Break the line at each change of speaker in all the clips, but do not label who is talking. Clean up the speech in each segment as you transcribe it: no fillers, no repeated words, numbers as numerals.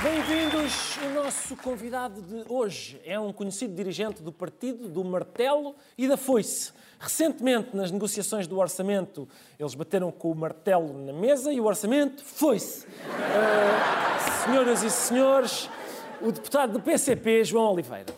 Bem-vindos. O nosso convidado de hoje é um conhecido dirigente do partido do martelo e da foice. Recentemente, nas negociações do orçamento, eles bateram com o martelo na mesa e o orçamento foi-se. Senhoras e senhores, o deputado do PCP, João Oliveira.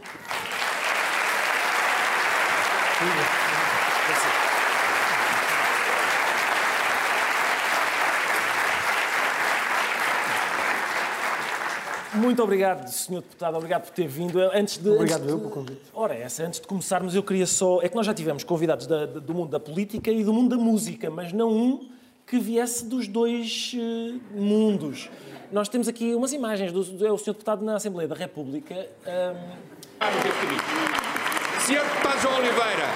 Muito obrigado, Sr. Deputado, obrigado por ter vindo.
Obrigado eu pelo convite.
Ora, antes de começarmos, eu queria só... É que nós já tivemos convidados do mundo da política e do mundo da música, mas não um que viesse dos dois mundos. Nós temos aqui umas imagens do Sr. Deputado na Assembleia da República.
Sr. Deputado João Oliveira.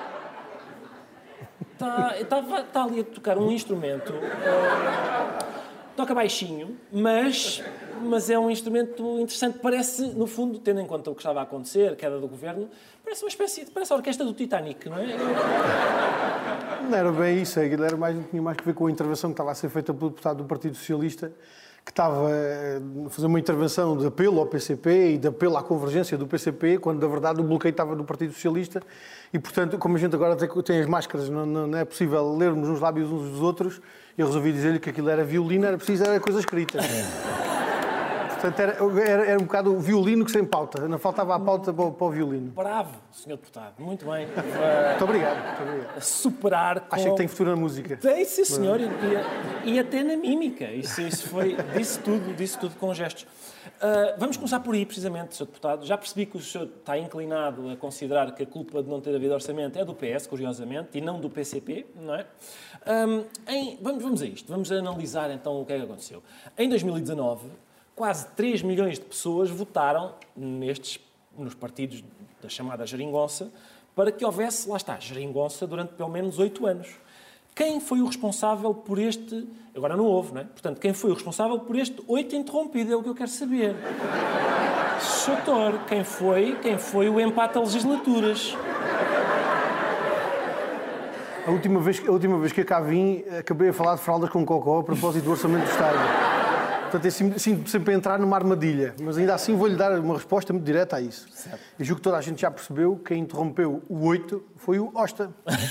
Está ali a tocar um instrumento... Toca baixinho, mas é um instrumento interessante. Parece, no fundo, tendo em conta o que estava a acontecer, a queda do governo, parece uma espécie de... Parece a orquestra do Titanic, não é?
Não era bem isso. Tinha mais que ver com a intervenção que estava a ser feita pelo deputado do Partido Socialista, que estava a fazer uma intervenção de apelo ao PCP e de apelo à convergência do PCP, quando, na verdade, o bloqueio estava do Partido Socialista. E, portanto, como a gente agora tem as máscaras, não é possível lermos nos lábios uns dos outros, eu resolvi dizer-lhe que aquilo era violino, era preciso, era coisa escrita. Portanto, era um bocado o violino que sem pauta. Não faltava a pauta para o violino.
Bravo, Sr. Deputado. Muito bem.
Muito obrigado.
A superar com...
Acha que tem futuro na música?
Tem, sim, senhor. E até na mímica. Isso foi... Disse tudo com gestos. Vamos começar por aí, precisamente, Sr. Deputado. Já percebi que o senhor está inclinado a considerar que a culpa de não ter havido orçamento é do PS, curiosamente, e não do PCP, não é? Vamos a isto. Vamos analisar, então, o que é que aconteceu. Em 2019, quase 3 milhões de pessoas votaram nos partidos da chamada geringonça para que houvesse, lá está, geringonça durante pelo menos 8 anos. Quem foi o responsável por este... Agora não houve, não é? Portanto, quem foi o responsável por este 8 interrompido? É o que eu quero saber. Soutor, quem foi o empate a legislaturas?
A última vez que eu cá vim, acabei a falar de fraldas com cocó a propósito do Orçamento do Estado. Portanto, eu sinto sempre a entrar numa armadilha. Mas ainda assim vou-lhe dar uma resposta muito direta a isso.
Certo.
Eu julgo que toda a gente já percebeu que quem interrompeu o 8 foi o Osta.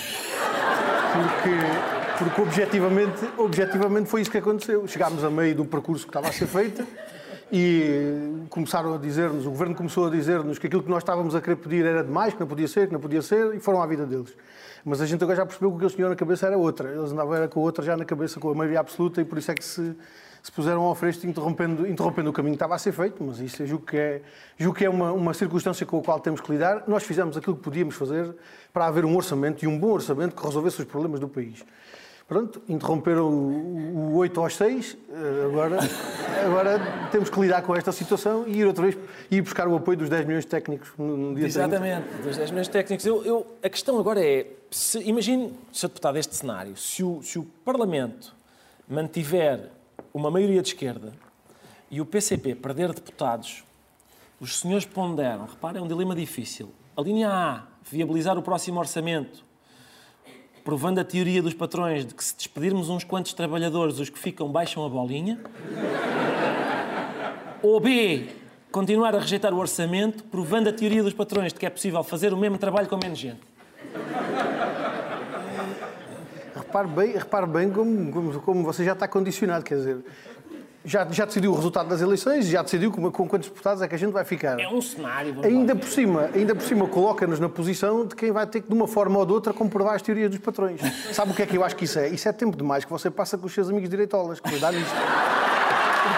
Porque objetivamente foi isso que aconteceu. Chegámos a meio do percurso que estava a ser feito e começaram a dizer-nos, o Governo começou a dizer-nos que aquilo que nós estávamos a querer pedir era demais, que não podia ser, e foram à vida deles. Mas a gente agora já percebeu que o que eles tinham na cabeça era outra. Eles andavam com a outra já na cabeça, com a maioria absoluta, e por isso é que se puseram ao fresco interrompendo o caminho que estava a ser feito, mas isso eu julgo que é uma circunstância com a qual temos que lidar. Nós fizemos aquilo que podíamos fazer para haver um orçamento, e um bom orçamento, que resolvesse os problemas do país. Pronto, interromperam o 8 aos 6, agora temos que lidar com esta situação e ir outra vez ir buscar o apoio dos 10 milhões de técnicos no dia 30.
Exatamente, dos 10 milhões de técnicos. A questão agora é, imagine, Sr. Deputado, este cenário, se o Parlamento mantiver uma maioria de esquerda e o PCP perder deputados, os senhores ponderam, reparem, é um dilema difícil. A linha A, viabilizar o próximo orçamento, provando a teoria dos patrões de que se despedirmos uns quantos trabalhadores, os que ficam baixam a bolinha. Ou B, continuar a rejeitar o orçamento, provando a teoria dos patrões de que é possível fazer o mesmo trabalho com menos gente.
Repare bem como você já está condicionado, quer dizer, já decidiu o resultado das eleições, já decidiu com quantos deputados é que a gente vai ficar.
É um cenário.
Ainda por cima coloca-nos na posição de quem vai ter que, de uma forma ou de outra, comprovar as teorias dos patrões. Sabe o que é que eu acho que isso é? Isso é tempo demais que você passa com os seus amigos direitolas, que cuidar nisto. Porque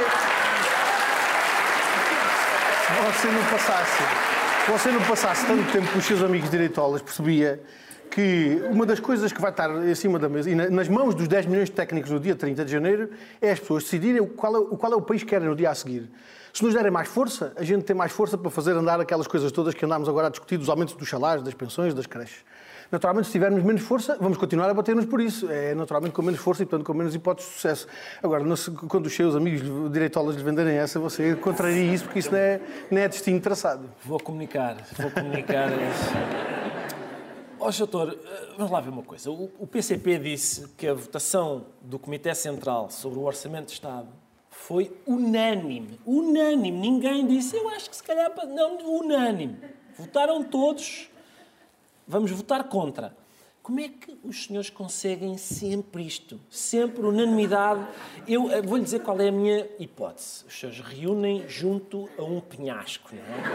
se você não passasse tanto tempo com os seus amigos direitolas, percebia que uma das coisas que vai estar em cima da mesa e nas mãos dos 10 milhões de técnicos no dia 30 de janeiro é as pessoas decidirem qual é o país que querem no dia a seguir. Se nos derem mais força, a gente tem mais força para fazer andar aquelas coisas todas que andámos agora a discutir, dos aumentos dos salários, das pensões, das creches. Naturalmente, se tivermos menos força, vamos continuar a bater-nos por isso. É naturalmente com menos força e, portanto, com menos hipóteses de sucesso. Agora, quando os seus amigos direitolas lhe venderem essa, você contraria isso, porque isso não é destino traçado.
Vou comunicar Doutor, vamos lá ver uma coisa. O PCP disse que a votação do Comitê Central sobre o Orçamento de Estado Foi unânime. Unânime. Ninguém disse, eu acho que se calhar... Não, unânime. Votaram todos. Vamos votar contra. Como é que os senhores conseguem sempre isto? Sempre unanimidade. Eu vou-lhe dizer qual é a minha hipótese. Os senhores reúnem junto a um penhasco, não é?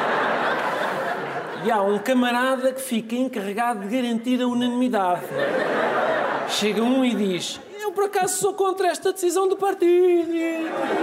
E há um camarada que fica encarregado de garantir a unanimidade. Não é? Chega um e diz, eu por acaso sou contra esta decisão do partido. E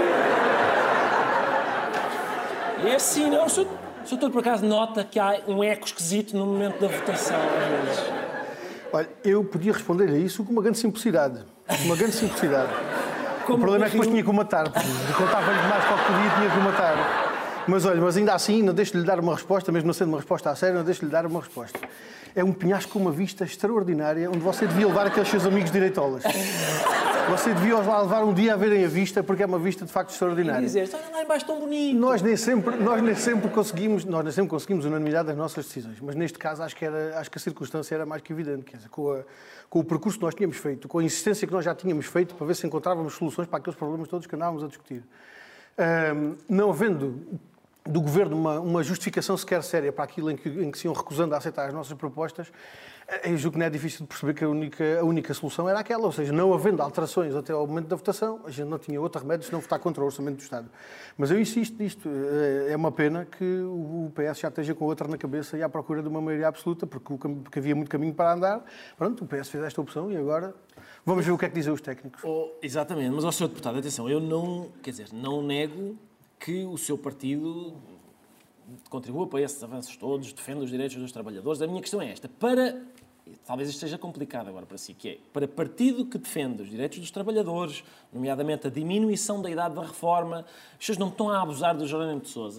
é assim, não? O senhor por acaso nota que há um eco esquisito no momento da votação, às vezes?
Olha, eu podia responder a isso com uma grande simplicidade. Uma grande simplicidade.
Como
o problema é que depois tinha que o matar. Contava-lhe mais para o que podia, tinha que o matar. Mas olha, mas ainda assim, não deixo-lhe dar uma resposta, mesmo não sendo uma resposta a sério, não deixo-lhe dar uma resposta. É um penhasco com uma vista extraordinária, onde você devia levar aqueles seus amigos direitolas. Você devia os lá levar um dia a verem a vista, porque é uma vista de facto extraordinária.
E dizer, olha lá embaixo tão bonito.
Nós nem sempre conseguimos unanimidade das nossas decisões, mas neste caso acho que a circunstância era mais que evidente. Quer dizer, com o percurso que nós tínhamos feito, com a insistência que nós já tínhamos feito para ver se encontrávamos soluções para aqueles problemas todos que andávamos a discutir. Não havendo do Governo uma justificação sequer séria para aquilo em que se iam recusando a aceitar as nossas propostas, eu julgo que não é difícil de perceber que a única solução era aquela, ou seja, não havendo alterações até ao momento da votação, a gente não tinha outro remédio senão votar contra o Orçamento do Estado. Mas eu insisto nisto, é uma pena que o PS já esteja com outra na cabeça e à procura de uma maioria absoluta, porque havia muito caminho para andar. Pronto, o PS fez esta opção e agora vamos ver o que é que dizem os técnicos.
Exatamente, mas ao Sr. Deputado, atenção, eu não nego que o seu partido contribua para esses avanços todos, defende os direitos dos trabalhadores. A minha questão é esta. Talvez isto seja complicado agora para si, que é, para partido que defende os direitos dos trabalhadores, nomeadamente a diminuição da idade da reforma, os senhores não estão a abusar do Jerónimo de Sousa?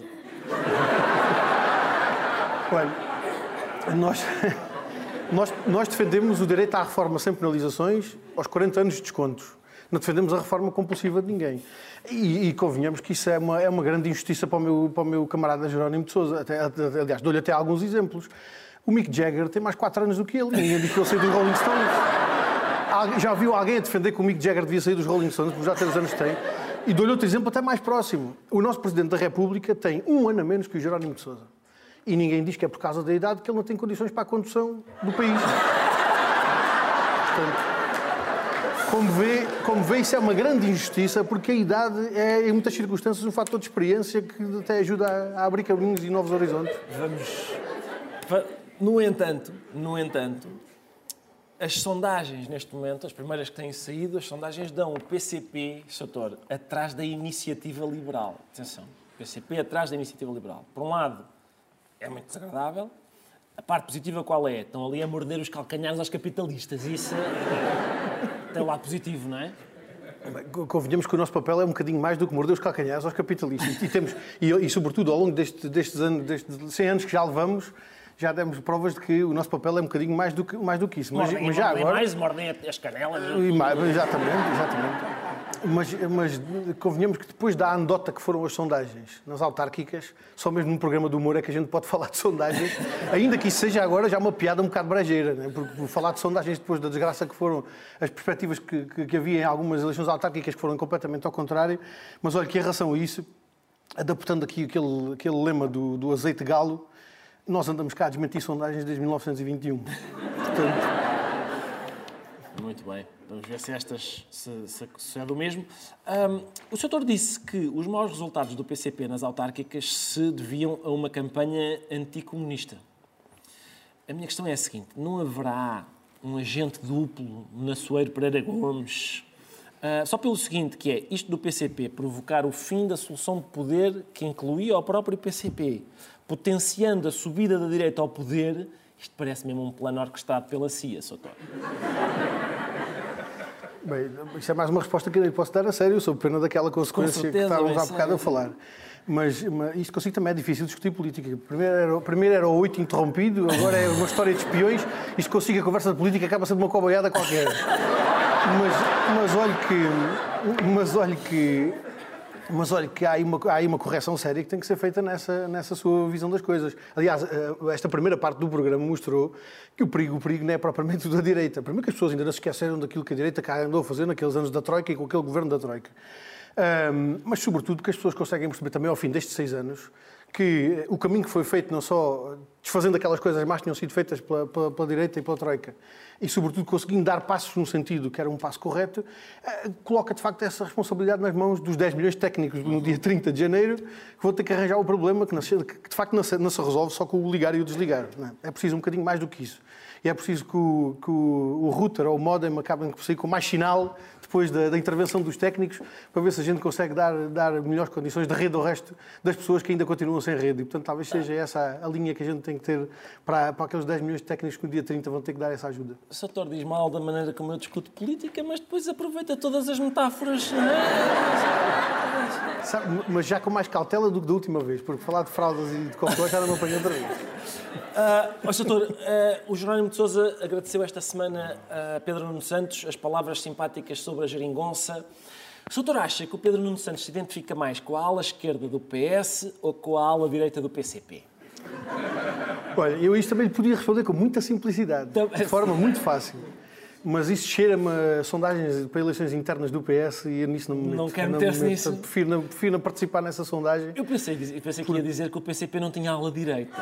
Olha, nós defendemos o direito à reforma sem penalizações aos 40 anos de descontos. Não defendemos a reforma compulsiva de ninguém. E convenhamos que isso é uma grande injustiça para o meu camarada Jerónimo de Sousa. Aliás, dou-lhe até alguns exemplos. O Mick Jagger tem mais 4 anos do que ele. Ninguém diz que ele saiu dos Rolling Stones. Já viu alguém a defender que o Mick Jagger devia sair dos Rolling Stones, porque já tem os anos que tem? E dou-lhe outro exemplo até mais próximo. O nosso Presidente da República tem 1 ano a menos que o Jerónimo de Sousa. E ninguém diz que é por causa da idade que ele não tem condições para a condução do país. Portanto, como vê, isso é uma grande injustiça, porque a idade é, em muitas circunstâncias, um fator de experiência que até ajuda a abrir caminhos e novos horizontes.
No entanto, as sondagens neste momento, as primeiras que têm saído, as sondagens dão o PCP, Soutor, atrás da Iniciativa Liberal. Atenção, o PCP atrás da Iniciativa Liberal. Por um lado, é muito desagradável. A parte positiva qual é? Estão ali a morder os calcanhares aos capitalistas. Isso tem o lado positivo, não é?
Convenhamos que o nosso papel é um bocadinho mais do que morder os calcanhares aos capitalistas. E sobretudo, ao longo destes 100 anos que já levamos, já demos provas de que o nosso papel é um bocadinho mais do que isso. Mas já agora...
Mordem as canelas.
Exatamente. Mas convenhamos que depois da anedota que foram as sondagens nas autárquicas, só mesmo num programa de humor é que a gente pode falar de sondagens, ainda que isso seja agora já uma piada um bocado brejeira, né? Porque falar de sondagens depois da desgraça que foram as perspectivas que havia em algumas eleições autárquicas que foram completamente ao contrário. Mas olha que em relação a isso, adaptando aqui aquele lema do azeite galo, nós andamos cá a desmentir sondagens desde 1921. Portanto...
Muito bem. Vamos ver se é do mesmo. O Sr. disse que os maus resultados do PCP nas autárquicas se deviam a uma campanha anticomunista. A minha questão é a seguinte. Não haverá um agente duplo na Soeiro Pereira Gomes? Só pelo seguinte, que é isto do PCP provocar o fim da solução de poder que incluía o próprio PCP, potenciando a subida da direita ao poder, isto parece mesmo um plano orquestrado pela CIA, Sr.
Bem, isso é mais uma resposta que eu posso dar a sério, sob pena daquela consequência que estávamos há bocado a falar. Mas isto consigo também é difícil discutir política. Primeiro era o 8 interrompido, agora é uma história de espiões. Isto consigo, a conversa de política acaba sendo uma cobaiada qualquer. Mas olhe que Mas olha, que há aí uma correção séria que tem que ser feita nessa sua visão das coisas. Aliás, esta primeira parte do programa mostrou que o perigo não é propriamente o da direita. Primeiro que as pessoas ainda não se esqueceram daquilo que a direita cá andou a fazer naqueles anos da Troika e com aquele governo da Troika. Mas, sobretudo, que as pessoas conseguem perceber também ao fim destes 6 anos que o caminho que foi feito, não só desfazendo aquelas coisas más que tinham sido feitas pela direita e pela Troika, e, sobretudo, conseguindo dar passos no sentido que era um passo correto, coloca, de facto, essa responsabilidade nas mãos dos 10 milhões de técnicos no dia 30 de janeiro, que vão ter que arranjar o problema que de facto, não se resolve só com o ligar e o desligar. Não é? É preciso um bocadinho mais do que isso. E é preciso que o router ou o modem acabem por sair com mais sinal depois da intervenção dos técnicos, para ver se a gente consegue dar melhores condições de rede ao resto das pessoas que ainda continuam sem rede. E, portanto, talvez seja essa a linha que a gente tem que ter para aqueles 10 milhões de técnicos que no dia 30 vão ter que dar essa ajuda.
O Soutor diz mal da maneira como eu discuto política, mas depois aproveita todas as metáforas.
Sabe, mas já com mais cautela do que da última vez, porque falar de fraldas e de cocô já não me apanhei outra vez.
Soutor, o Jerónimo de Sousa agradeceu esta semana a Pedro Nuno Santos as palavras simpáticas sobre a geringonça. O Soutor acha que o Pedro Nuno Santos se identifica mais com a ala esquerda do PS ou com a ala direita do PCP?
Olha, eu isto também lhe podia responder com muita simplicidade, de forma muito fácil. Mas isso cheira-me a sondagens para eleições internas do PS e eu nisso não me meto.
Não quer meter-se nisso?
Prefiro não participar nessa sondagem.
Eu pensei que ia dizer que o PCP não tinha ala direita.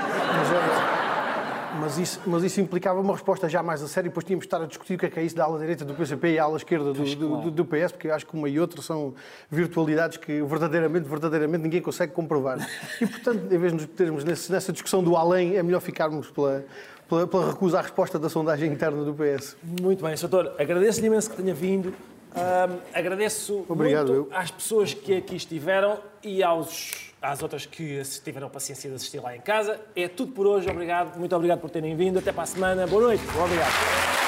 Mas isso implicava uma resposta já mais a sério e depois tínhamos de estar a discutir o que é isso da ala direita do PCP e a ala esquerda do PS, porque eu acho que uma e outra são virtualidades que verdadeiramente ninguém consegue comprovar. E, portanto, em vez de nos metermos nessa discussão do além, é melhor ficarmos pela recusa à resposta da sondagem interna do PS.
Muito bem, Soutor. Agradeço-lhe imenso que tenha vindo. Agradeço muito às pessoas que aqui estiveram e às outras que tiveram a paciência de assistir lá em casa. É tudo por hoje. Obrigado. Muito obrigado por terem vindo. Até para a semana. Boa noite. Obrigado.